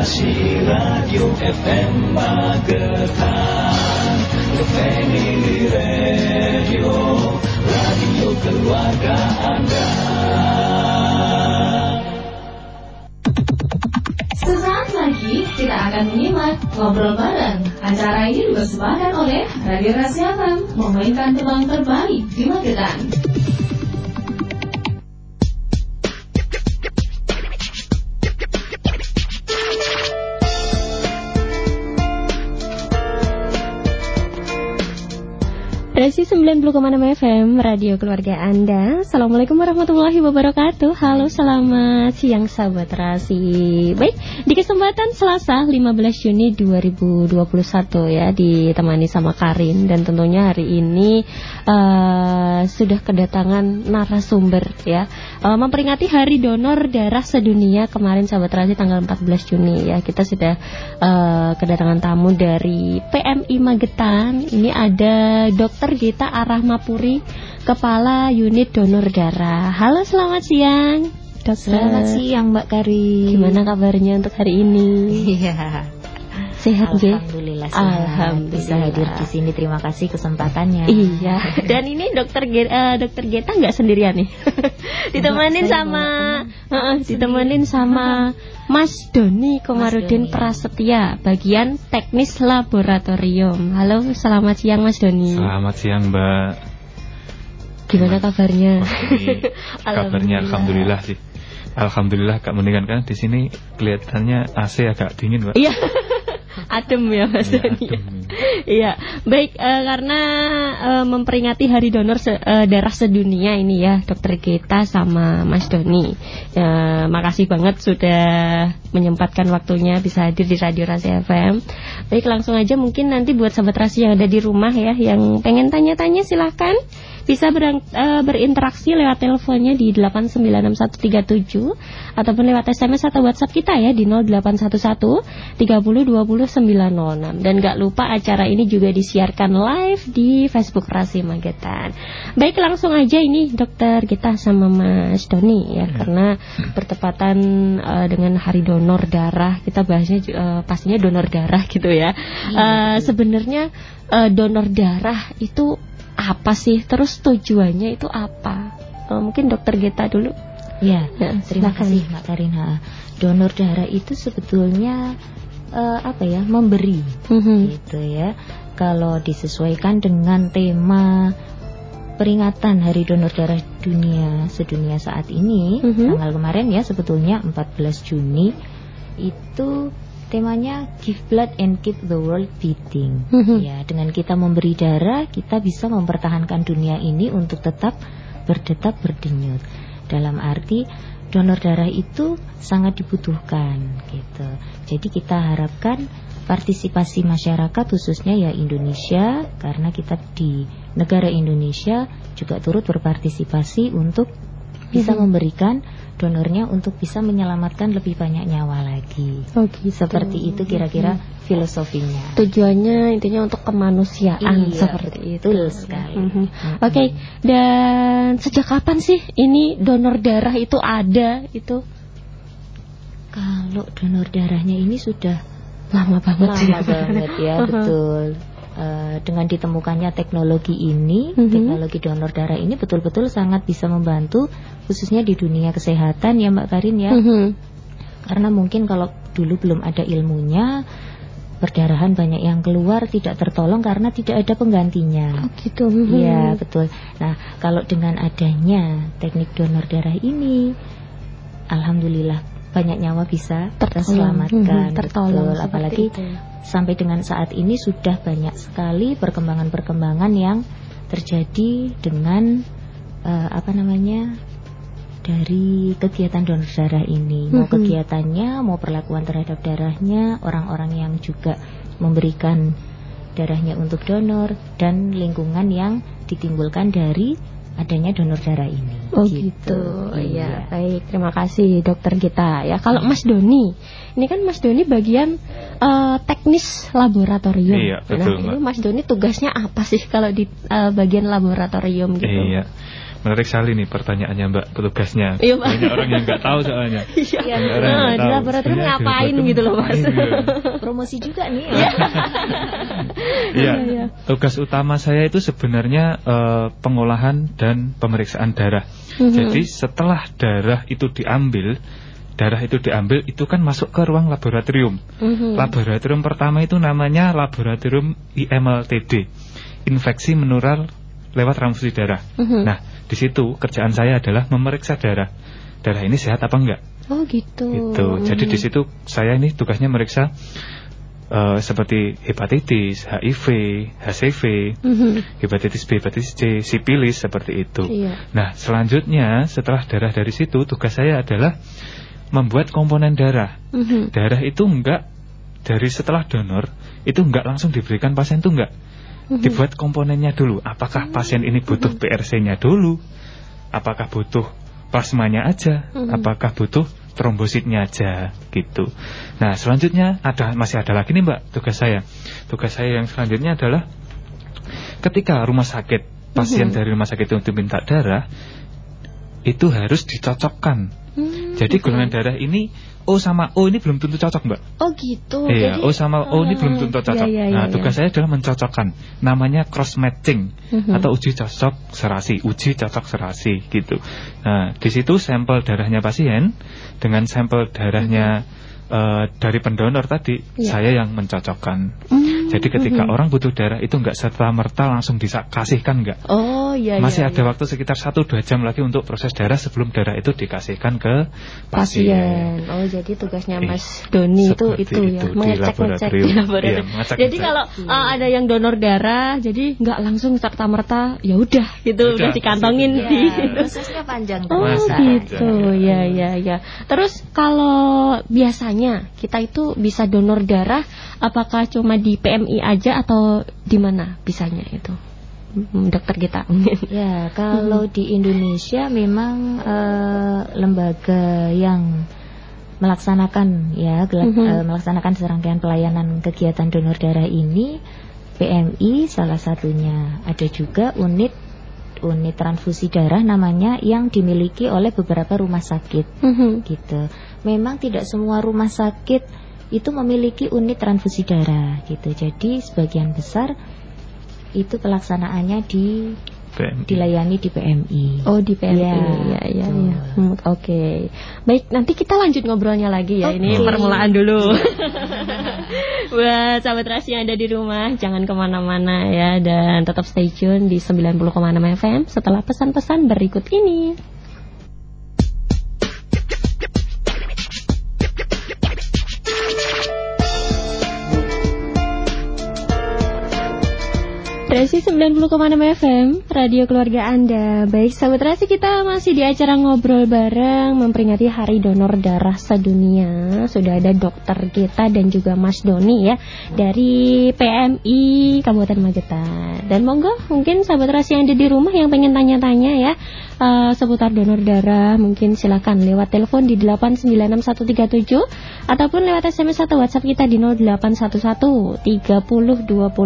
Revolusi Radio FM Magetan, The Family Radio, radio keluarga Anda. Sesaat lagi kita akan menyimak Ngobrol Bareng. Acara ini dipersembahkan oleh Radio Rasi FM, memainkan tembang terbaik di Magetan. Resi 90,6 FM, radio keluarga Anda. Assalamualaikum warahmatullahi wabarakatuh. Halo, selamat siang sahabat Rasi. Baik, di kesempatan Selasa 15 Juni 2021 ya, ditemani sama Karin. Dan tentunya hari ini sudah kedatangan narasumber ya, memperingati Hari Donor Darah Sedunia kemarin sahabat Rasi tanggal 14 Juni ya. Kita sudah kedatangan tamu dari PMI Magetan. Ini ada Dr. Gita Arahmapuri, Kepala Unit Donor Darah. Halo, selamat siang, Dokter. Selamat siang, Mbak Karin. Gimana kabarnya untuk hari ini? Iya. Sehat, Alhamdulillah sehat. Alhamdulillah. Bisa hadir di sini. Terima kasih kesempatannya. Iya. Dan ini Dokter Gita nggak sendirian nih. Ditemenin sama Mas Doni Komarudin Prasetya, bagian teknis laboratorium. Halo, selamat siang Mas Doni. Selamat siang Mbak. Gimana kabarnya? Kabarnya alhamdulillah sih. Alhamdulillah, Kak mendingan kan di sini kelihatannya AC agak dingin, Mbak. Iya. Adem ya Mas Doni. Iya, baik, karena memperingati Hari Donor Darah Sedunia ini ya, Dokter Gita sama Mas Doni. Makasih banget sudah menyempatkan waktunya bisa hadir di Radio Rasi FM. Baik, langsung aja mungkin nanti buat sahabat Rasi yang ada di rumah ya, yang pengen tanya-tanya silahkan. Bisa berinteraksi lewat teleponnya di 8961137 ataupun lewat SMS atau WhatsApp kita ya di 0811 30 20 906. Dan gak lupa acara ini juga disiarkan live di Facebook Rasi Magetan. Baik, langsung aja ini Dokter Gita sama Mas Doni ya, karena bertepatan dengan Hari Donor Darah, kita bahasnya pastinya donor darah gitu ya. Sebenarnya donor darah itu apa sih? Terus tujuannya itu apa? Mungkin Dokter Gita dulu. Ya, terima kasih Mbak Karina. Donor darah itu sebetulnya memberi, gitu ya. Kalau disesuaikan dengan tema peringatan Hari Donor Darah Sedunia saat ini, tanggal kemarin ya, sebetulnya 14 Juni itu temanya Give Blood and Keep the World Beating. Ya, dengan kita memberi darah, kita bisa mempertahankan dunia ini untuk tetap berdetak berdenyut. Dalam arti donor darah itu sangat dibutuhkan gitu. Jadi kita harapkan partisipasi masyarakat, khususnya ya Indonesia, karena kita di negara Indonesia juga turut berpartisipasi untuk bisa memberikan donornya untuk bisa menyelamatkan lebih banyak nyawa lagi. Gitu. Seperti itu kira-kira filosofinya. Tujuannya intinya untuk kemanusiaan, seperti itu. Betul sekali. Oke. Dan sejak kapan sih ini donor darah itu ada itu? Kalau donor darahnya ini sudah lama banget ya, betul. Dengan ditemukannya teknologi ini, teknologi donor darah ini betul-betul sangat bisa membantu, khususnya di dunia kesehatan ya Mbak Karin ya. Karena mungkin kalau dulu belum ada ilmunya, perdarahan banyak yang keluar tidak tertolong karena tidak ada penggantinya. Gitu. Iya, betul. Nah, kalau dengan adanya teknik donor darah ini, alhamdulillah banyak nyawa bisa terselamatkan. Tertolong. Betul. Apalagi sampai dengan saat ini sudah banyak sekali perkembangan-perkembangan yang terjadi dengan dari kegiatan donor darah ini. Mau kegiatannya, mau perlakuan terhadap darahnya, orang-orang yang juga memberikan darahnya untuk donor, dan lingkungan yang ditimbulkan dari adanya donor darah ini. Oh gitu. Iya, baik. Terima kasih Dokter Gita ya. Kalau Mas Doni, ini kan Mas Doni bagian teknis laboratorium. Iya, betul, nah, ini Mas Doni tugasnya apa sih kalau di bagian laboratorium gitu? Iya. menarik sekali nih pertanyaannya Mbak, petugasnya. Iya, Pak. Banyak orang yang nggak tahu soalnya. Iya. Banyak orang yang nggak Di tahu. laboratorium Sebenarnya di ngapain laboratorium gitu loh, Mas. ngapain gitu. Promosi juga nih. Iya. Tugas utama saya itu sebenarnya pengolahan dan pemeriksaan darah. Jadi setelah darah itu diambil itu kan masuk ke ruang laboratorium. Laboratorium pertama itu namanya laboratorium IMLTD, infeksi menular lewat transfusi darah. Nah, di situ kerjaan saya adalah memeriksa darah. Darah ini sehat apa enggak? Oh gitu. Gitu. Jadi di situ saya ini tugasnya meriksa seperti hepatitis, HIV, HCV, hepatitis B, hepatitis C, sipilis, seperti itu. Iya. Nah, selanjutnya setelah darah dari situ, tugas saya adalah membuat komponen darah. Darah itu enggak dari setelah donor itu enggak langsung diberikan pasien itu enggak. Dibuat komponennya dulu. Apakah pasien ini butuh PRC-nya dulu? Apakah butuh plasmanya aja? Apakah butuh trombositnya aja gitu. Nah, selanjutnya masih ada lagi nih Mbak tugas saya. Tugas saya yang selanjutnya adalah ketika rumah sakit pasien dari rumah sakit itu minta darah, itu harus dicocokkan. Jadi golongan darah ini O sama O ini belum tentu cocok Mbak. Oh gitu. Iya, Jadi, O sama O ini belum tentu cocok. Nah, tugas saya adalah mencocokkan. Namanya cross matching atau uji cocok serasi gitu. Nah, di situ sampel darahnya pasien dengan sampel darahnya dari pendonor tadi, saya yang mencocokkan. Jadi ketika orang butuh darah itu enggak serta-merta langsung dikasihkan, enggak. Oh iya. Masih ada waktu sekitar 1-2 jam lagi untuk proses darah sebelum darah itu dikasihkan ke pasien. Oh, jadi tugasnya Mas Doni itu ya, mengecek-ngecek di laboratorium. Jadi kalau ada yang donor darah, jadi enggak langsung serta-merta ya udah gitu, udah dikantongin di. Prosesnya panjang. Oh gitu. Ya. Terus kalau biasanya kita itu bisa donor darah, apakah cuma di PMI aja atau di mana bisanya itu, dokter kita? Ya, kalau di Indonesia memang lembaga yang melaksanakan melaksanakan serangkaian pelayanan kegiatan donor darah ini PMI salah satunya. Ada juga unit transfusi darah namanya yang dimiliki oleh beberapa rumah sakit gitu. Memang tidak semua rumah sakit itu memiliki unit transfusi darah gitu. Jadi sebagian besar itu pelaksanaannya dilayani di PMI. Oh, di PMI. Ya. Oke. Baik, nanti kita lanjut ngobrolnya lagi ya. Ini permulaan dulu. Buat sahabat Rasi yang ada di rumah, jangan kemana-mana ya, dan tetap stay tune di 90,6 FM setelah pesan-pesan berikut ini. Rasi 90,6 FM, radio keluarga Anda. Baik, sahabat Rasi, kita masih di acara ngobrol bareng memperingati Hari Donor Darah Sedunia. Sudah ada dokter kita dan juga Mas Doni ya, dari PMI Kabupaten Magetan. Dan monggo, mungkin sahabat Rasi yang ada di rumah yang pengen tanya-tanya ya seputar donor darah, mungkin silakan lewat telepon di 896137 ataupun lewat SMS atau WhatsApp kita di 0811 30 20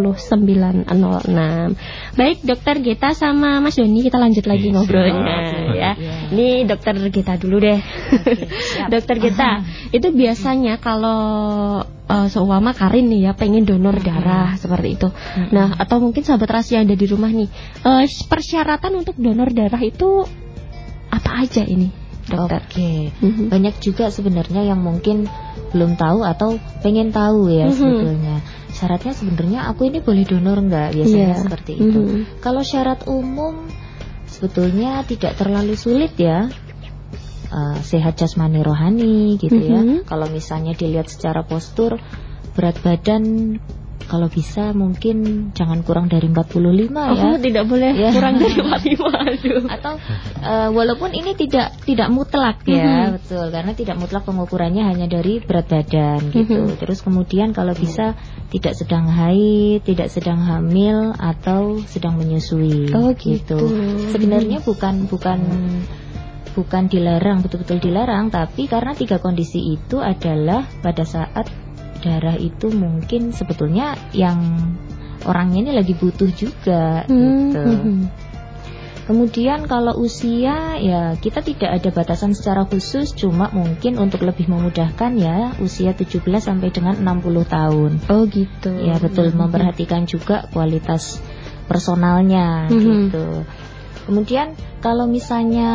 906. Baik, dokter Gita sama Mas Doni, kita lanjut lagi ngobrolnya ya. Ini dokter Gita dulu deh. Dokter Gita, itu biasanya kalau seumpama Karin nih ya pengen donor darah seperti itu. Nah, atau mungkin sahabat Rasi yang ada di rumah nih, persyaratan untuk donor darah itu apa aja ini, dokter? Oke. Banyak juga sebenarnya yang mungkin belum tahu atau pengen tahu ya sebetulnya. Syaratnya sebenarnya aku ini boleh donor enggak, biasanya seperti itu. Kalau syarat umum sebetulnya tidak terlalu sulit ya. Sehat jasmani rohani gitu ya. Kalau misalnya dilihat secara postur, berat badan kalau bisa mungkin jangan kurang dari 45 ya. Tidak boleh kurang dari 45. Atau walaupun ini tidak mutlak ya, betul, karena tidak mutlak pengukurannya hanya dari berat badan gitu. Terus kemudian kalau bisa tidak sedang haid, tidak sedang hamil atau sedang menyusui. Gitu. Sebenarnya bukan dilarang, betul-betul dilarang, tapi karena 3 kondisi itu adalah pada saat darah itu mungkin sebetulnya yang orangnya ini lagi butuh juga gitu. Kemudian kalau usia ya kita tidak ada batasan secara khusus, cuma mungkin untuk lebih memudahkan ya usia 17 sampai dengan 60 tahun. Oh gitu. Ya betul, memperhatikan juga kualitas personalnya gitu. Kemudian kalau misalnya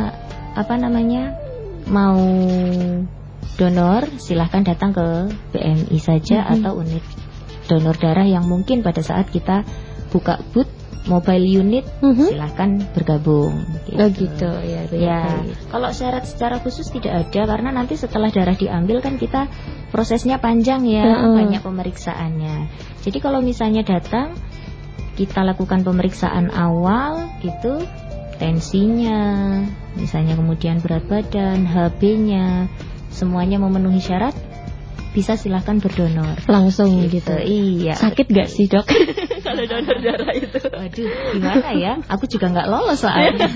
mau donor, silahkan datang ke PMI saja atau unit donor darah yang mungkin pada saat kita buka booth mobile unit, silahkan bergabung. Gitu. Oh gitu ya. Kalau syarat secara khusus tidak ada, karena nanti setelah darah diambil kan kita prosesnya panjang ya, banyak pemeriksaannya. Jadi kalau misalnya datang, kita lakukan pemeriksaan awal gitu, tensinya, misalnya kemudian berat badan, HB-nya, semuanya memenuhi syarat, bisa silahkan berdonor. Langsung gitu. Iya. Sakit gak sih dok? Kalau donor darah itu? Waduh, gimana ya? Aku juga nggak lolos soalnya.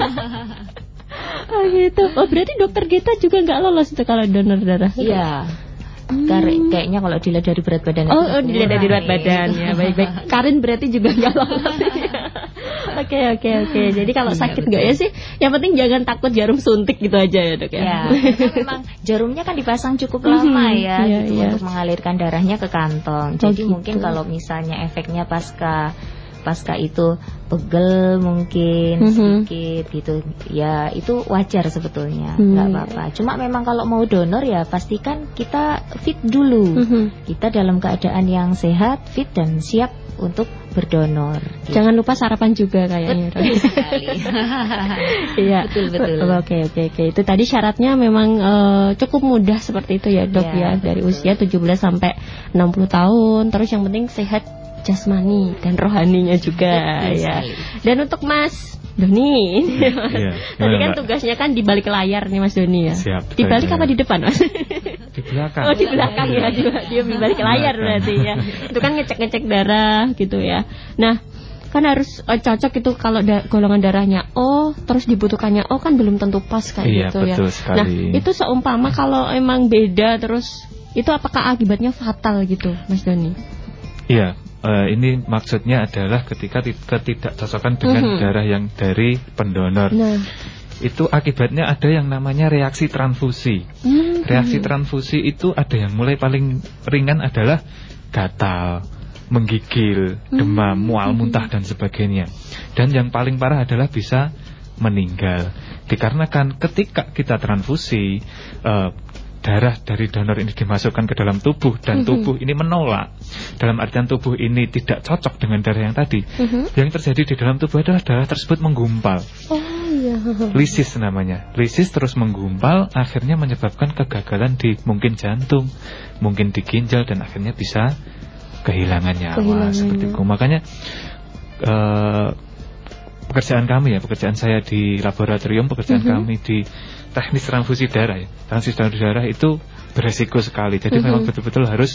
Oh gitu. Oh berarti dokter Gita juga nggak lolos itu kalau donor darah? Iya. Kayaknya kalau dilihat dari berat badan. Oh dilihat dari berat badan ya. Baik. Karin berarti juga nggak lolos. Oke. Jadi kalau sakit nggak ya sih? Yang penting jangan takut jarum suntik gitu aja ya dok ya. Ya, memang jarumnya kan dipasang cukup lama ya, untuk mengalirkan darahnya ke kantong. Jadi mungkin kalau misalnya efeknya pasca itu pegel mungkin sedikit gitu ya, itu wajar sebetulnya, nggak apa-apa. Cuma memang kalau mau donor ya pastikan kita fit dulu, kita dalam keadaan yang sehat, fit dan siap untuk berdonor gitu. Jangan lupa sarapan juga kayaknya. Betul sekali. Iya, betul. Oke. Itu tadi syaratnya memang cukup mudah seperti itu ya dok ya, dari usia 17 sampai 60 tahun. Terus yang penting sehat jasmani dan rohaninya juga ya. Dan untuk Mas Doni, tadi kan tugasnya kan di balik layar nih Mas Doni ya. Siap. Di balik apa di depan Mas? Di belakang. Oh di belakang ya, dia di balik layar berarti ya. Itu kan ngecek darah gitu ya. Nah kan harus cocok itu kalau golongan darahnya O, terus dibutuhkannya O kan belum tentu pas kayak gitu ya. Sekali. Nah itu seumpama kalau emang beda terus itu apakah akibatnya fatal gitu Mas Doni? Iya. Ini maksudnya adalah ketika ketidakcocokan dengan darah yang dari pendonor. Nah, itu akibatnya ada yang namanya reaksi transfusi. Reaksi transfusi itu ada yang mulai paling ringan adalah gatal, menggigil, demam, mual, muntah dan sebagainya. Dan yang paling parah adalah bisa meninggal. Dikarenakan ketika kita transfusi, darah dari donor ini dimasukkan ke dalam tubuh dan tubuh ini menolak. Dalam artian tubuh ini tidak cocok dengan darah yang tadi. Yang terjadi di dalam tubuh adalah darah tersebut menggumpal. Lisis namanya. Lisis terus menggumpal, akhirnya menyebabkan kegagalan di mungkin jantung, mungkin di ginjal, dan akhirnya bisa kehilangan nyawa seperti itu. Makanya pekerjaan saya di laboratorium, pekerjaan kami di teknis transfusi darah ya. Transfusi darah itu beresiko sekali. Jadi memang betul-betul harus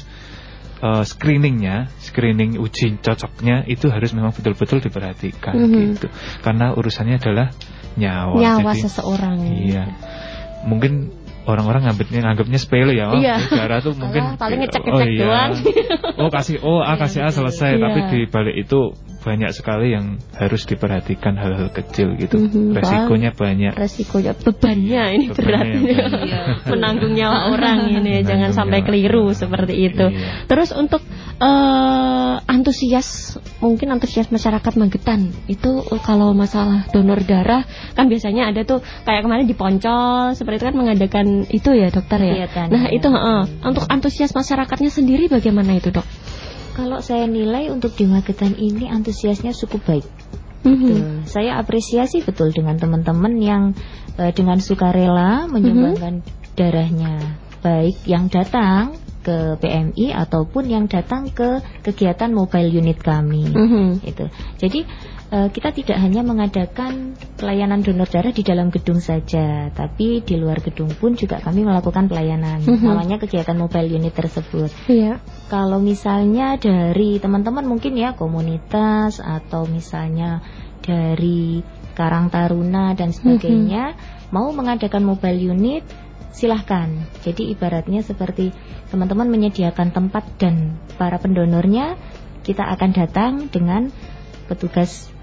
screening uji cocoknya itu harus memang betul-betul diperhatikan gitu. Karena urusannya adalah nyawa jadi, seseorang. Iya. Mungkin orang-orang nganggapnya sepele ya. Darah tuh mungkin paling ngecek-ngecek doang. kasih A selesai. Tapi di balik itu banyak sekali yang harus diperhatikan, hal-hal kecil gitu. Resikonya banyak. Bebannya ini berat. Menanggung nyawa orang ini, jangan sampai keliru seperti itu. Terus untuk antusias masyarakat Magetan itu kalau masalah donor darah kan biasanya ada tuh kayak kemarin di Poncol seperti itu kan mengadakan itu ya dokter ya. Nah itu untuk antusias masyarakatnya sendiri bagaimana itu dok? Kalau saya nilai untuk di Magetan ini antusiasnya cukup baik. Saya apresiasi betul dengan teman-teman yang dengan sukarela menyumbangkan darahnya, baik yang datang ke PMI ataupun yang datang ke kegiatan mobile unit kami. Itu. Jadi kita tidak hanya mengadakan pelayanan donor darah di dalam gedung saja, tapi di luar gedung pun juga kami melakukan pelayanan. Namanya kegiatan mobile unit tersebut. Kalau misalnya dari teman-teman mungkin ya komunitas atau misalnya dari Karang Taruna dan sebagainya mau mengadakan mobile unit, silahkan. Jadi ibaratnya seperti teman-teman menyediakan tempat dan para pendonornya, kita akan datang dengan petugas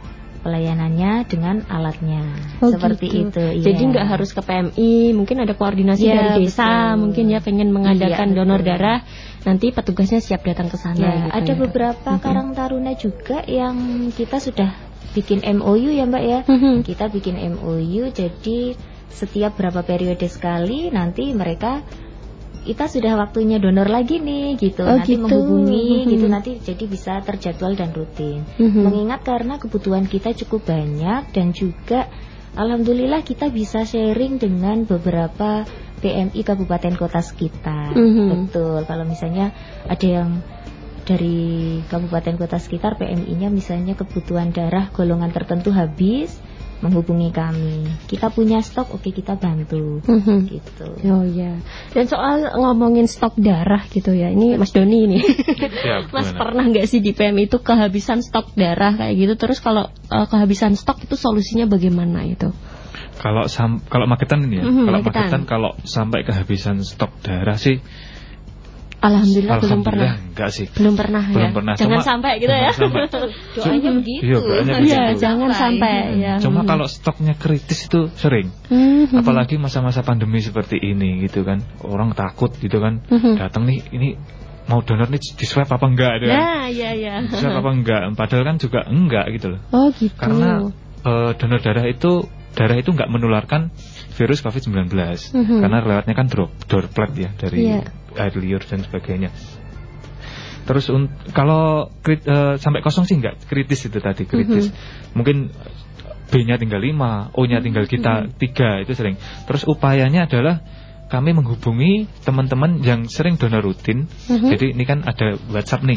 pelayanannya dengan alatnya. Seperti gitu. itu. Iya. Jadi nggak harus ke PMI, mungkin ada koordinasi dari desa, betul. mungkin ya pengen mengadakan donor darah, nanti petugasnya siap datang ke sana. Ya, gitu ada ya, beberapa Karang Taruna juga yang kita sudah bikin MOU ya Mbak ya. Kita bikin MOU, jadi setiap berapa periode sekali nanti kita sudah waktunya donor lagi nih gitu. Nanti menghubungi gitu, nanti jadi bisa terjadwal dan rutin. Mengingat karena kebutuhan kita cukup banyak dan juga alhamdulillah kita bisa sharing dengan beberapa PMI kabupaten kota sekitar. Betul. Kalau misalnya ada yang dari kabupaten kota sekitar, PMI-nya misalnya kebutuhan darah golongan tertentu habis, menghubungi kami. Kita punya stok, oke kita bantu. Gitu. Oh ya. Dan soal ngomongin stok darah gitu ya, ini Mas Doni ini. Mas pernah nggak sih di PMI itu kehabisan stok darah kayak gitu? Terus kalau kehabisan stok itu solusinya bagaimana itu? Kalau Magetan ini ya, kalau Magetan kalau sampai kehabisan stok darah sih, Alhamdulillah belum pernah. Enggak sih. Belum pernah. Jangan sampai gitu ya. Doanya begitu. Iya, jangan sampai ya. Cuma kalau stoknya kritis itu sering. Apalagi masa-masa pandemi seperti ini gitu kan. Orang takut gitu kan. Datang nih, ini mau donor nih di swab apa enggak ada. Iya. Di swab apa enggak? Padahal kan juga enggak gitu loh. Oh gitu. Karena donor darah itu enggak menularkan virus COVID-19. Karena lewatnya kan droplet ya dari air liur dan sebagainya. Terus kalau sampai kosong sih enggak kritis itu tadi, kritis. Mungkin B-nya tinggal 5, O-nya tinggal kita 3, itu sering. Terus upayanya adalah kami menghubungi teman-teman yang sering donor rutin. Jadi ini kan ada WhatsApp nih.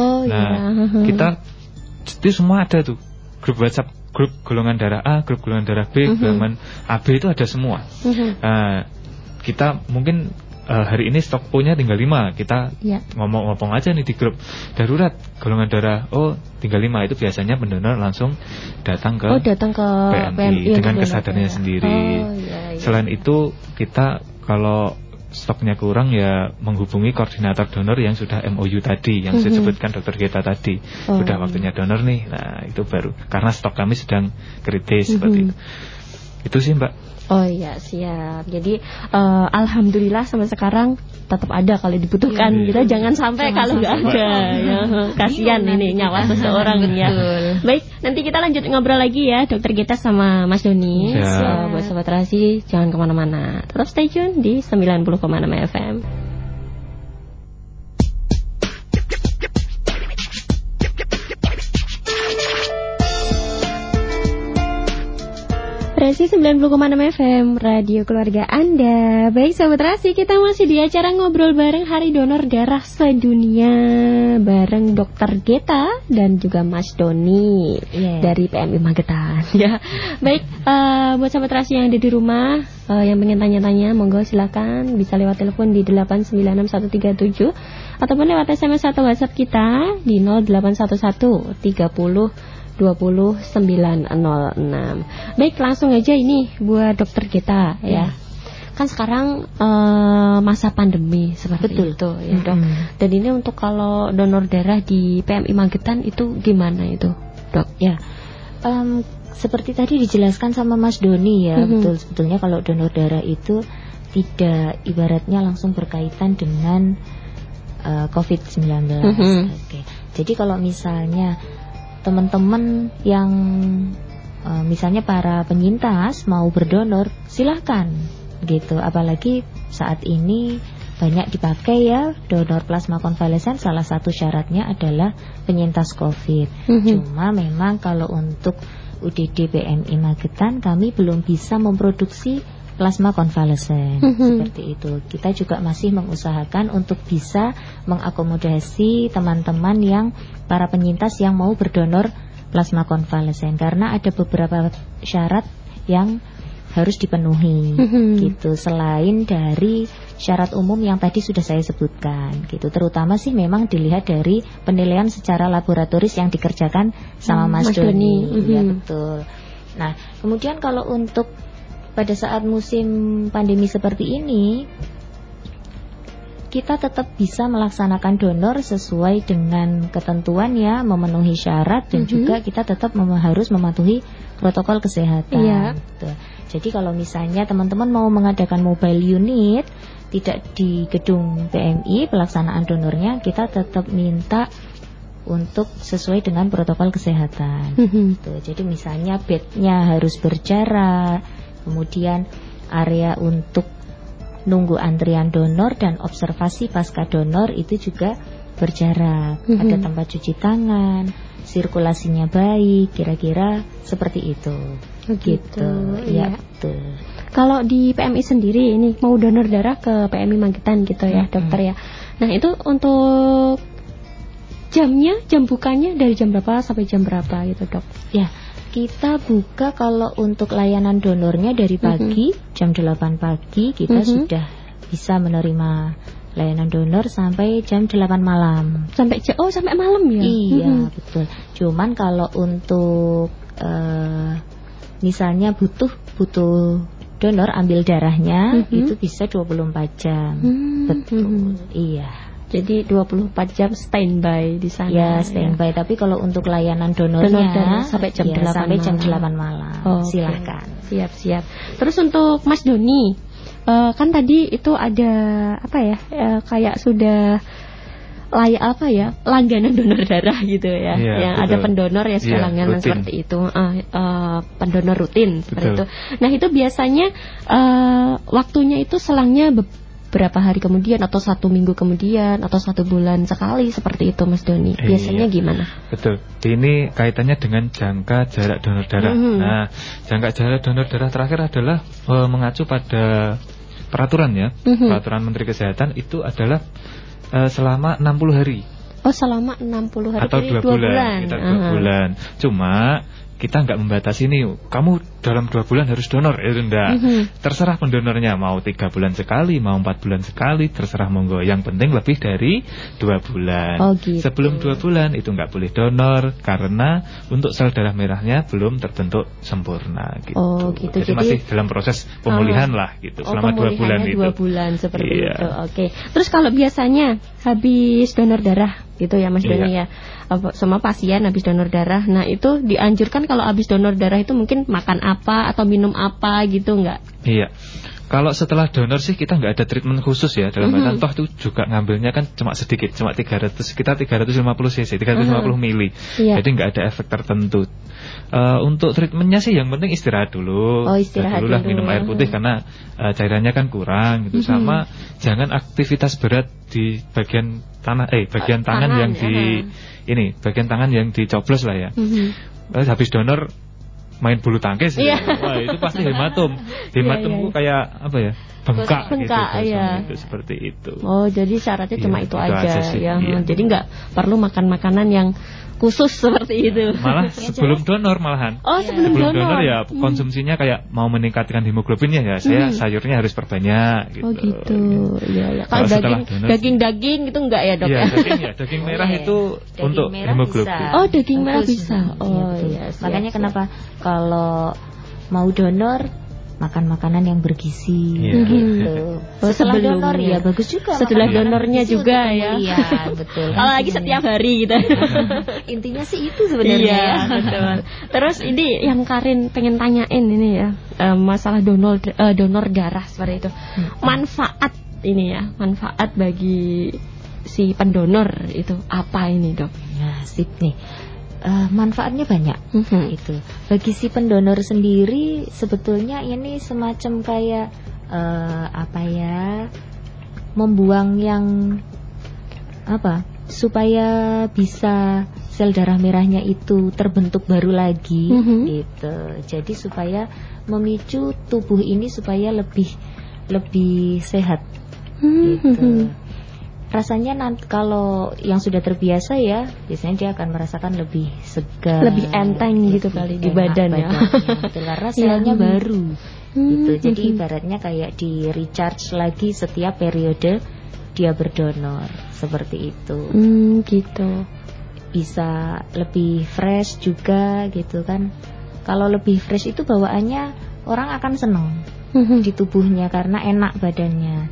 Kita itu semua ada tuh. Grup WhatsApp, grup golongan darah A, grup golongan darah B, golongan AB itu ada semua. Kita mungkin hari ini stok O-nya tinggal 5. Kita ngomong-ngomong aja nih di grup darurat golongan darah O tinggal 5. Itu biasanya pendonor langsung datang ke PMI dengan kesadarannya sendiri. Selain itu kita kalau stoknya kurang ya menghubungi koordinator donor yang sudah MOU tadi, yang saya sebutkan Dokter Geta tadi. Sudah waktunya donor nih. Nah itu baru, karena stok kami sedang kritis seperti itu. Itu sih Mbak. Oh iya, siap. Jadi alhamdulillah sampai sekarang tetap ada kalau dibutuhkan. Kita jangan sampai kalau nggak ada ya. Kasihan ini nyawa seseorang ya. Baik, nanti kita lanjut ngobrol lagi ya Dokter Geta sama Mas Doni. Buat Sobat Rasi jangan kemana-mana, tetap stay tune di 90,6 FM. Rasi 90,6 FM, radio keluarga Anda. Baik Sobat Rasi, kita masih di acara ngobrol bareng Hari Donor Darah Sedunia bareng Dokter Geta dan juga Mas Doni dari PMI Magetan. Ya, baik buat Sobat Rasi yang ada di rumah yang pengen tanya-tanya, monggo silakan bisa lewat telepon di 8961137 ataupun lewat SMS atau WhatsApp kita di 0811 30 20906. Baik, langsung aja ini buat Dokter Geta ya. Kan sekarang masa pandemi seperti itu ya Dok. Dan ini untuk kalau donor darah di PMI Magetan itu gimana itu Dok? Ya, seperti tadi dijelaskan sama Mas Doni ya, betul. Sebetulnya kalau donor darah itu tidak ibaratnya langsung berkaitan dengan COVID-19. Oke. Jadi kalau misalnya teman-teman yang misalnya para penyintas mau berdonor, silahkan gitu. Apalagi saat ini banyak dipakai ya donor plasma konvalesen. Salah satu syaratnya adalah penyintas COVID. Cuma memang kalau untuk UDD PMI Magetan kami belum bisa memproduksi plasma konvalesen seperti itu. Kita juga masih mengusahakan untuk bisa mengakomodasi teman-teman yang para penyintas yang mau berdonor plasma konvalesen, karena ada beberapa syarat yang harus dipenuhi gitu, selain dari syarat umum yang tadi sudah saya sebutkan gitu. Terutama sih memang dilihat dari penilaian secara laboratoris yang dikerjakan sama Mas Doni. Ya betul. Nah, kemudian kalau untuk pada saat musim pandemi seperti ini, kita tetap bisa melaksanakan donor sesuai dengan ketentuan ya, memenuhi syarat dan juga kita tetap harus mematuhi protokol kesehatan. Gitu. Jadi kalau misalnya teman-teman mau mengadakan mobile unit tidak di gedung PMI pelaksanaan donornya, kita tetap minta untuk sesuai dengan protokol kesehatan. Gitu. Jadi misalnya bednya harus berjarak, kemudian area untuk nunggu antrian donor dan observasi pasca donor itu juga berjarak. Ada tempat cuci tangan, sirkulasinya baik, kira-kira seperti itu. Gitu. Ya, betul. Kalau di PMI sendiri ini mau donor darah ke PMI Magetan gitu ya, dokter ya. Nah, itu untuk jamnya, jam bukanya dari jam berapa sampai jam berapa gitu, Dok? Ya, kita buka kalau untuk layanan donornya dari pagi, jam 8 pagi kita sudah bisa menerima layanan donor sampai jam 8 malam. Sampai malam ya? Iya, betul. Cuman kalau untuk misalnya butuh donor ambil darahnya itu bisa 24 jam. Betul. Iya. Jadi 24 jam standby di sana. Ya, standby. Tapi kalau untuk layanan donornya sampai jam 8 sampai malam. jam 8 malam. Silakan. Siap. Terus untuk Mas Doni, kan tadi itu ada apa ya? Kayak sudah langganan donor darah gitu ya. Yang betul. Ada pendonor yang sudah langganan seperti itu. Pendonor rutin seperti itu. Nah, itu biasanya waktunya itu selangnya berapa hari kemudian atau 1 minggu kemudian atau 1 bulan sekali seperti itu, Mas Doni. Biasanya gimana? Betul. Ini kaitannya dengan jangka jarak donor darah. Nah, jangka jarak donor darah terakhir adalah mengacu pada peraturan ya. Peraturan Menteri Kesehatan itu adalah selama 60 hari. Oh, selama 60 hari atau 2 bulan. Kita 2 bulan. Cuma kita nggak membatasi nih, kamu dalam 2 bulan harus donor, itu enggak. Terserah pendonornya, mau 3 bulan sekali, mau 4 bulan sekali, terserah monggo. Yang penting lebih dari 2 bulan. Gitu. Sebelum 2 bulan itu nggak boleh donor karena untuk sel darah merahnya belum terbentuk sempurna gitu. Gitu. Jadi masih dalam proses pemulihan lah gitu. Selama 2 bulan itu. 2 bulan seperti itu. Oke. Terus kalau biasanya habis donor darah gitu ya, Mas Doni ya. Sama pasien habis donor darah. Nah, itu dianjurkan kalau habis donor darah itu mungkin makan apa atau minum apa gitu enggak? Iya. Kalau setelah donor sih kita nggak ada treatment khusus ya. Dalam artian toh itu juga ngambilnya kan cuma sedikit, cuma 350 cc, 350 mili. Jadi nggak ada efek tertentu. Untuk treatmentnya sih yang penting istirahat dulu. Istirahat dulu lah, minum air putih karena cairannya kan kurang gitu. Sama jangan aktivitas berat di bagian bagian tangan yang bagian tangan yang dicoblos lah ya. Habis donor main bulu tangkis gitu. Wah, itu pasti hematom. Hematom kayak apa ya? Bengkak gitu. Itu seperti itu. Jadi syaratnya cuma itu aja ya. Jadi nggak perlu makan makanan yang khusus seperti itu. Malah sebelum donor malahan. Sebelum donor ya konsumsinya kayak mau meningkatkan hemoglobinnya ya. Saya sayurnya harus perbanyak gitu. Gitu. Iya. Kalau daging itu enggak ya, Dok? Iya, daging merah itu untuk hemoglobin. Daging merah bisa. Makanya kenapa kalau mau donor makan makanan yang bergizi gitu. Setelah donor ya bagus juga. Setelah donornya juga ya. Betul. Kalau lagi setiap hari gitu. Intinya sih itu sebenarnya. Iya, betul. Terus ini yang Karin pengen tanyain ini ya, masalah donor darah seperti itu. Manfaat ini ya, manfaat bagi si pendonor itu apa ini, Dok? Nah, sip nih. Manfaatnya banyak itu. Bagi si pendonor sendiri sebetulnya ini semacam kayak membuang yang supaya bisa sel darah merahnya itu terbentuk baru lagi gitu. Jadi supaya memicu tubuh ini supaya lebih sehat gitu. Rasanya kalau yang sudah terbiasa ya, biasanya dia akan merasakan lebih segar, lebih enteng gitu kali di badannya. Karena selnya baru gitu. Jadi ibaratnya kayak di recharge lagi setiap periode dia berdonor, seperti itu. Gitu. Bisa lebih fresh juga gitu kan. Kalau lebih fresh itu bawaannya orang akan seneng di tubuhnya karena enak badannya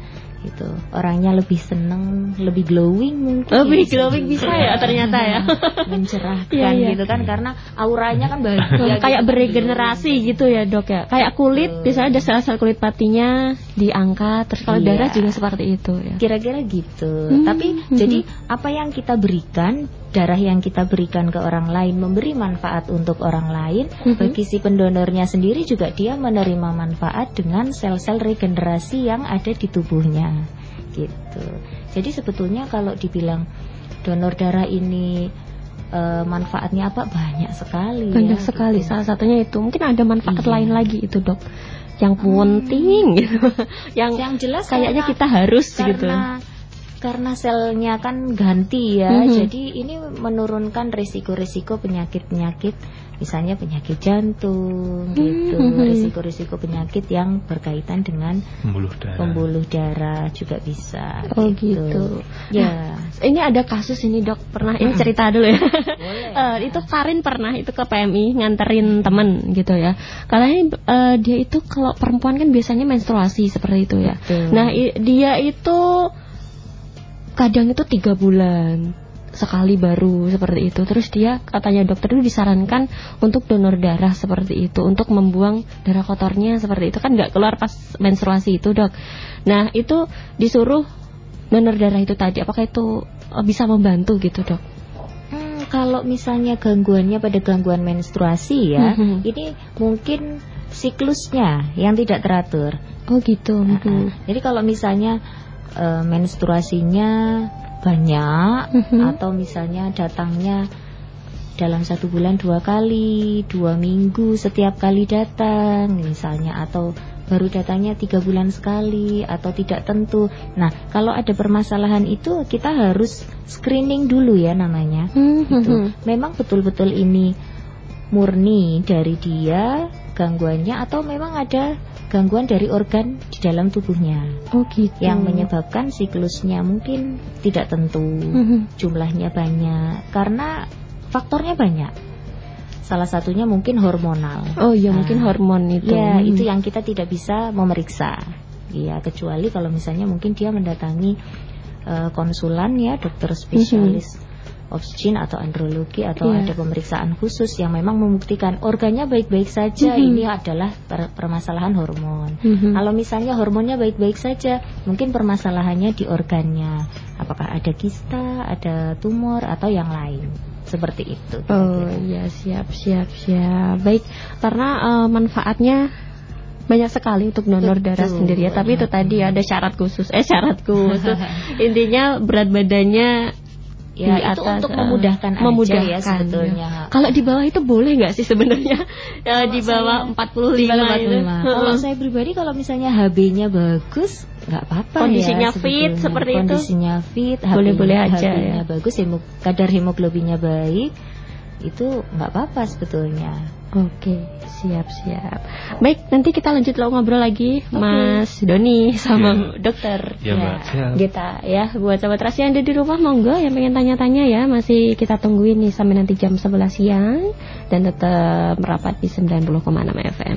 Gitu. Orangnya lebih seneng, lebih glowing mungkin. Lebih glowing bisa ya ternyata ya. Mencerahkan gitu kan, karena auranya kan bahagia. Kayak beregenerasi gitu ya dok ya. Kayak kulit, misalnya ada sel-sel kulit patinya diangkat, terus kalau darah juga seperti itu ya. Kira-kira gitu. Tapi jadi apa yang kita berikan, darah yang kita berikan ke orang lain memberi manfaat untuk orang lain, bagi si pendonornya sendiri juga dia menerima manfaat dengan sel-sel regenerasi yang ada di tubuhnya gitu. Jadi sebetulnya kalau dibilang donor darah ini manfaatnya apa, banyak sekali. Banyak ya, sekali gitu. Salah satunya itu mungkin ada manfaat lain lagi itu dok, yang penting gitu, yang jelas kayaknya kita harus gitu. Karena selnya kan ganti ya, jadi ini menurunkan risiko-risiko penyakit-penyakit, misalnya penyakit jantung gitu, risiko-risiko penyakit yang berkaitan dengan pembuluh darah juga bisa. Oh gitu. Ya. Nah, ini ada kasus ini dok, pernah ini cerita dulu ya. Itu Karin pernah itu ke PMI nganterin temen gitu ya. Katanya dia itu kalau perempuan kan biasanya menstruasi seperti itu ya. Nah dia itu kadang itu 3 bulan sekali baru seperti itu. Terus dia katanya dokter itu disarankan untuk donor darah seperti itu, untuk membuang darah kotornya seperti itu, kan nggak keluar pas menstruasi itu dok. Nah itu disuruh donor darah itu tadi, apakah itu bisa membantu gitu dok? Kalau misalnya gangguannya pada gangguan menstruasi ya, ini mungkin siklusnya yang tidak teratur. Oh gitu. Jadi kalau misalnya menstruasinya banyak, atau misalnya datangnya dalam 1 bulan 2 kali, 2 minggu setiap kali datang misalnya, atau baru datangnya 3 bulan sekali, atau tidak tentu. Nah kalau ada permasalahan itu kita harus screening dulu ya namanya. Gitu. Memang betul-betul ini murni dari dia gangguannya, atau memang ada gangguan dari organ di dalam tubuhnya. Oh gitu. Yang menyebabkan siklusnya mungkin tidak tentu, jumlahnya banyak, karena faktornya banyak. Salah satunya mungkin hormonal. Oh iya, mungkin hormon itu. Ya, itu yang kita tidak bisa memeriksa. Iya, kecuali kalau misalnya mungkin dia mendatangi konsulan ya, dokter spesialis obstetrin atau andrologi, atau ada pemeriksaan khusus yang memang membuktikan organnya baik-baik saja, ini adalah permasalahan hormon. Kalau misalnya hormonnya baik-baik saja, mungkin permasalahannya di organnya, apakah ada kista, ada tumor, atau yang lain seperti itu. Oh iya, siap. Baik, karena manfaatnya banyak sekali untuk donor darah sendiri ya. Tapi itu tadi ada syarat khusus. Intinya berat badannya ya, di atas, itu untuk memudahkan aja ya sebetulnya. Kalau di bawah itu boleh nggak sih sebenarnya? Di bawah 45. Kalau saya pribadi, kalau misalnya HB-nya bagus, nggak apa-apa. Kondisinya ya, fit seperti kondisinya itu. Fit, boleh-boleh aja HB-nya ya. bagus, kadar hemoglobinnya baik, itu nggak apa-apa sebetulnya. Oke, siap. Baik, nanti kita lanjut ngobrol lagi, Mas Doni sama dokter. Ya, Mbak. Kita ya, buat sahabat Rasi yang ada di rumah, monggo yang pengen tanya-tanya ya, masih kita tungguin nih sampai nanti jam 11 siang, dan tetap merapat di 90,6 FM.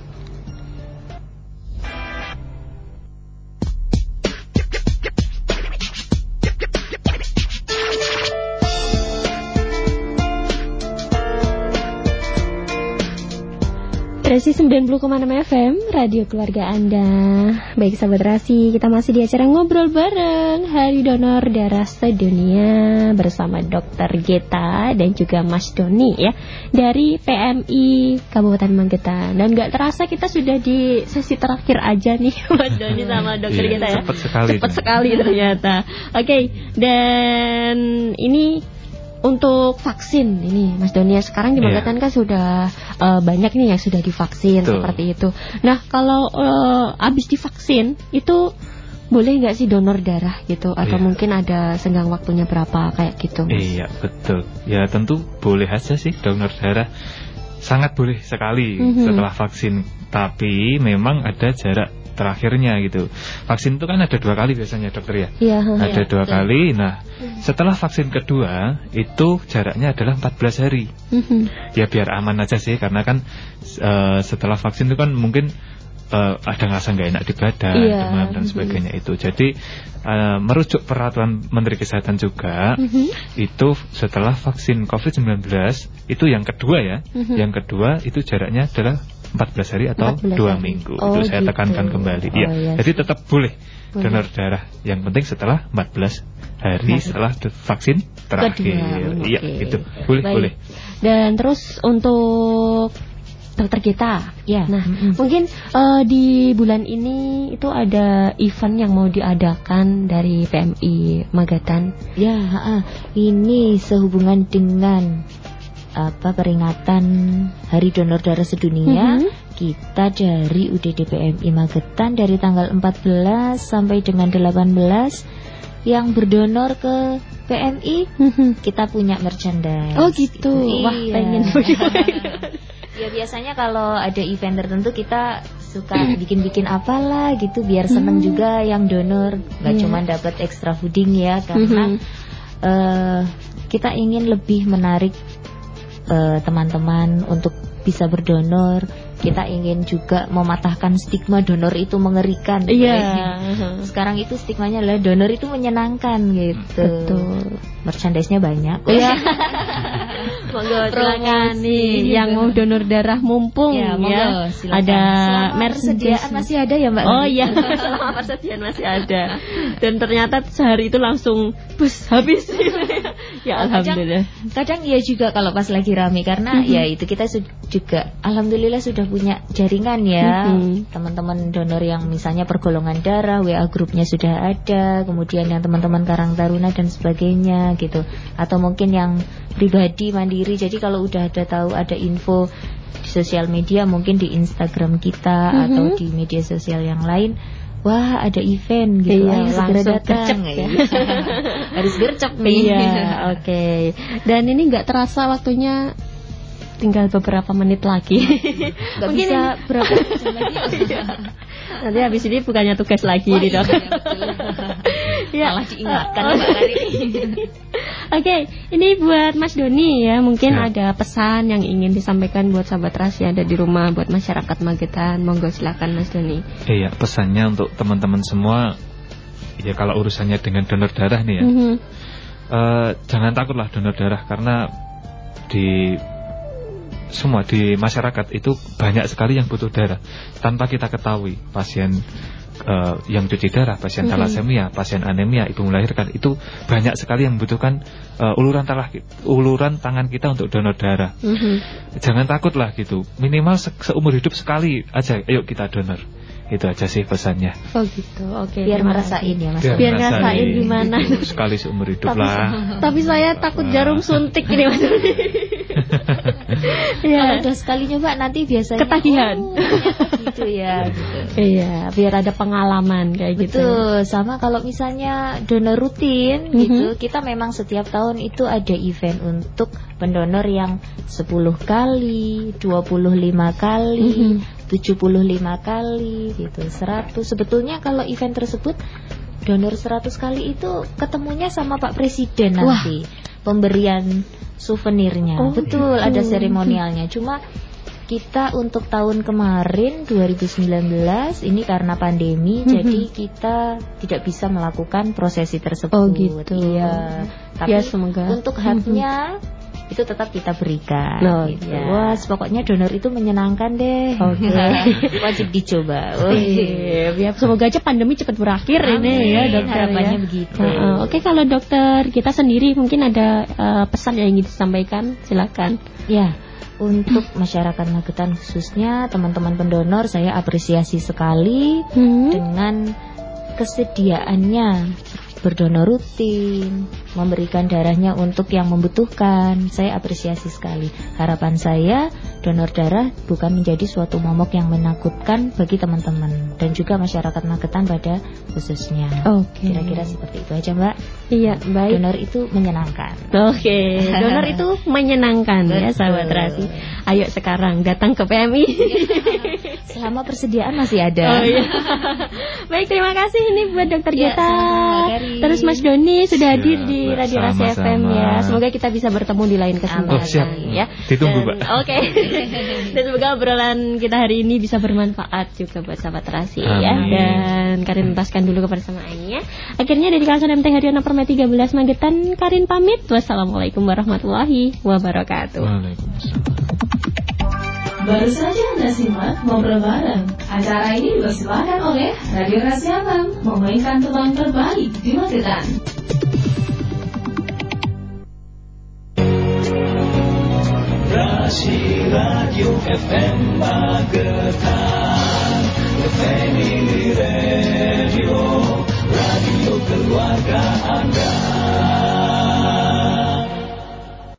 Rasi 90,6 FM, radio keluarga Anda. Baik sahabat Rasi, kita masih di acara ngobrol bareng Hari Donor Darah Sedunia bersama Dr. Geta dan juga Mas Doni ya, dari PMI Kabupaten Magetan. Dan gak terasa kita sudah di sesi terakhir aja nih Mas Doni sama Dr. Geta ya. Cepat sekali ternyata. Oke, dan ini untuk vaksin ini Mas Doni, sekarang di Magetan kan sudah banyak nih yang sudah divaksin. Seperti itu. Nah kalau habis divaksin itu boleh nggak sih donor darah gitu, atau mungkin ada senggang waktunya berapa kayak gitu Mas? Iya betul. Ya tentu boleh aja sih donor darah, sangat boleh sekali setelah vaksin. Tapi memang ada jarak terakhirnya gitu. Vaksin itu kan ada 2 kali biasanya dokter ya. Ada 2 kali. Nah setelah vaksin kedua itu jaraknya adalah 14 hari. Ya biar aman aja sih, karena kan setelah vaksin itu kan mungkin ada ngerasa nggak enak di badan, demam dan sebagainya itu. Jadi merujuk peraturan Menteri Kesehatan juga, itu setelah vaksin COVID-19 itu yang kedua ya, yang kedua itu jaraknya adalah 14 hari atau 2 minggu. Itu saya tekankan kembali. Jadi tetap boleh donor darah, yang penting setelah 14 hari setelah vaksin terakhir. Iya, itu boleh. Dan terus untuk dokter kita, nah mungkin di bulan ini itu ada event yang mau diadakan dari PMI Magetan. Ya, ini sehubungan dengan peringatan Hari Donor Darah Sedunia. Kita dari UDD PMI Magetan dari tanggal 14 sampai dengan 18 yang berdonor ke PMI, kita punya merchandise. Oh gitu. Wah, pengen. Ya biasanya kalau ada event tertentu kita suka bikin-bikin apalah gitu biar seneng juga yang donor, nggak cuma dapat extra fooding ya, karena kita ingin lebih menarik teman-teman untuk bisa berdonor. Kita ingin juga mematahkan stigma donor itu mengerikan. Sekarang itu stigmanya adalah donor itu menyenangkan gitu. Betul. Merchandise-nya banyak. Monggo silakan nih yang mau donor darah mumpung monggo, ada persediaan masih ada ya Mbak. Oh iya, selama persediaan masih ada. Dan ternyata sehari itu langsung habis. Ya alhamdulillah. Kadang ya juga kalau pas lagi rame karena ya itu kita juga alhamdulillah sudah punya jaringan ya. Teman-teman donor yang misalnya pergolongan darah, WA grupnya sudah ada, kemudian yang teman-teman Karang Taruna dan sebagainya gitu. Atau mungkin yang pribadi mandiri. Jadi kalau udah ada tahu ada info di sosial media, mungkin di Instagram kita atau di media sosial yang lain, wah ada event gitu, segera datang ya. Harus gercep nih. Oke. Dan ini nggak terasa waktunya tinggal beberapa menit lagi. Nggak bisa berapa jam lagi. Nanti habis ini bukannya tugas lagi nih dok. Malah diingatkan Mbak kali ini. Oke, ini buat Mas Doni ya. Mungkin ada pesan yang ingin disampaikan buat sahabat Ras yang ada di rumah, buat masyarakat Magetan. Monggo silakan Mas Doni. Iya, pesannya untuk teman-teman semua. Ya kalau urusannya dengan donor darah nih ya, jangan takutlah donor darah, karena di masyarakat itu banyak sekali yang butuh darah tanpa kita ketahui. Pasien yang cuci darah, pasien thalassemia, pasien anemia, ibu melahirkan, itu banyak sekali yang membutuhkan uluran tangan kita untuk donor darah. Jangan takutlah gitu, minimal seumur hidup sekali aja, ayo kita donor. Itu aja sih pesannya. Oh gitu, oke. Biar ngerasain ya Mas. Biar ngerasain gimana. Sekali seumur hidup lah. Tapi saya takut jarum suntik ini Mas. Kalau udah sekali nyoba nanti biasanya ketagihan. Gitu ya. Gitu. Iya, biar ada pengalaman kayak gitu. Betul, sama kalau misalnya donor rutin gitu, kita memang setiap tahun itu ada event untuk pendonor yang 10 kali, 25 kali, 75 kali gitu, 100. Sebetulnya kalau event tersebut donor 100 kali itu ketemunya sama Pak Presiden nanti. Pemberian souvenirnya. Betul, ada seremonialnya. Cuma kita untuk tahun kemarin 2019 ini karena pandemi, jadi kita tidak bisa melakukan prosesi tersebut. Oh gitu. Iya. Tapi ya, semoga untuk haknya itu tetap kita berikan. Gitu. Wah, pokoknya donor itu menyenangkan deh. Oke. Wajib dicoba. Ya, semoga aja pandemi cepat berakhir. Amin. Ini ya dokter. Harapannya ya. begitu. Oke, kalau dokter kita sendiri mungkin ada pesan yang ingin disampaikan, silakan. Ya. Untuk masyarakat Magetan khususnya teman-teman pendonor, saya apresiasi sekali dengan kesediaannya berdonor rutin, memberikan darahnya untuk yang membutuhkan. Saya apresiasi sekali. Harapan saya donor darah bukan menjadi suatu momok yang menakutkan bagi teman-teman dan juga masyarakat Magetan pada khususnya. Oke. Kira-kira seperti itu aja Mbak. Iya, baik. Donor itu menyenangkan. Oke, donor itu menyenangkan ya sahabat Rasi. Ayo sekarang datang ke PMI. Selama persediaan masih ada. Oh iya. Baik, terima kasih ini buat dokter Gita. Terus Mas Doni sudah hadir di Radio Rasi FM ya. Semoga kita bisa bertemu di lain kesempatan. Siap. Ya. Ditunggu, Pak. Oke. Dan semoga obrolan kita hari ini bisa bermanfaat juga buat sahabat Rasi ya. Dan Karin lepaskan dulu kebersamaannya. Akhirnya dari kawasan MT Haryono Permai 13 Magetan, Karin pamit. Wassalamualaikum warahmatullahi wabarakatuh. Waalaikumsalam. Baru saja Anda simak Ngobrol Bareng. Acara ini dipersembahkan oleh Radio Rasi FM, memainkan tembang terbaik di Magetan. Rasi Radio FM Magetan, The Family Radio, radio keluarga Anda.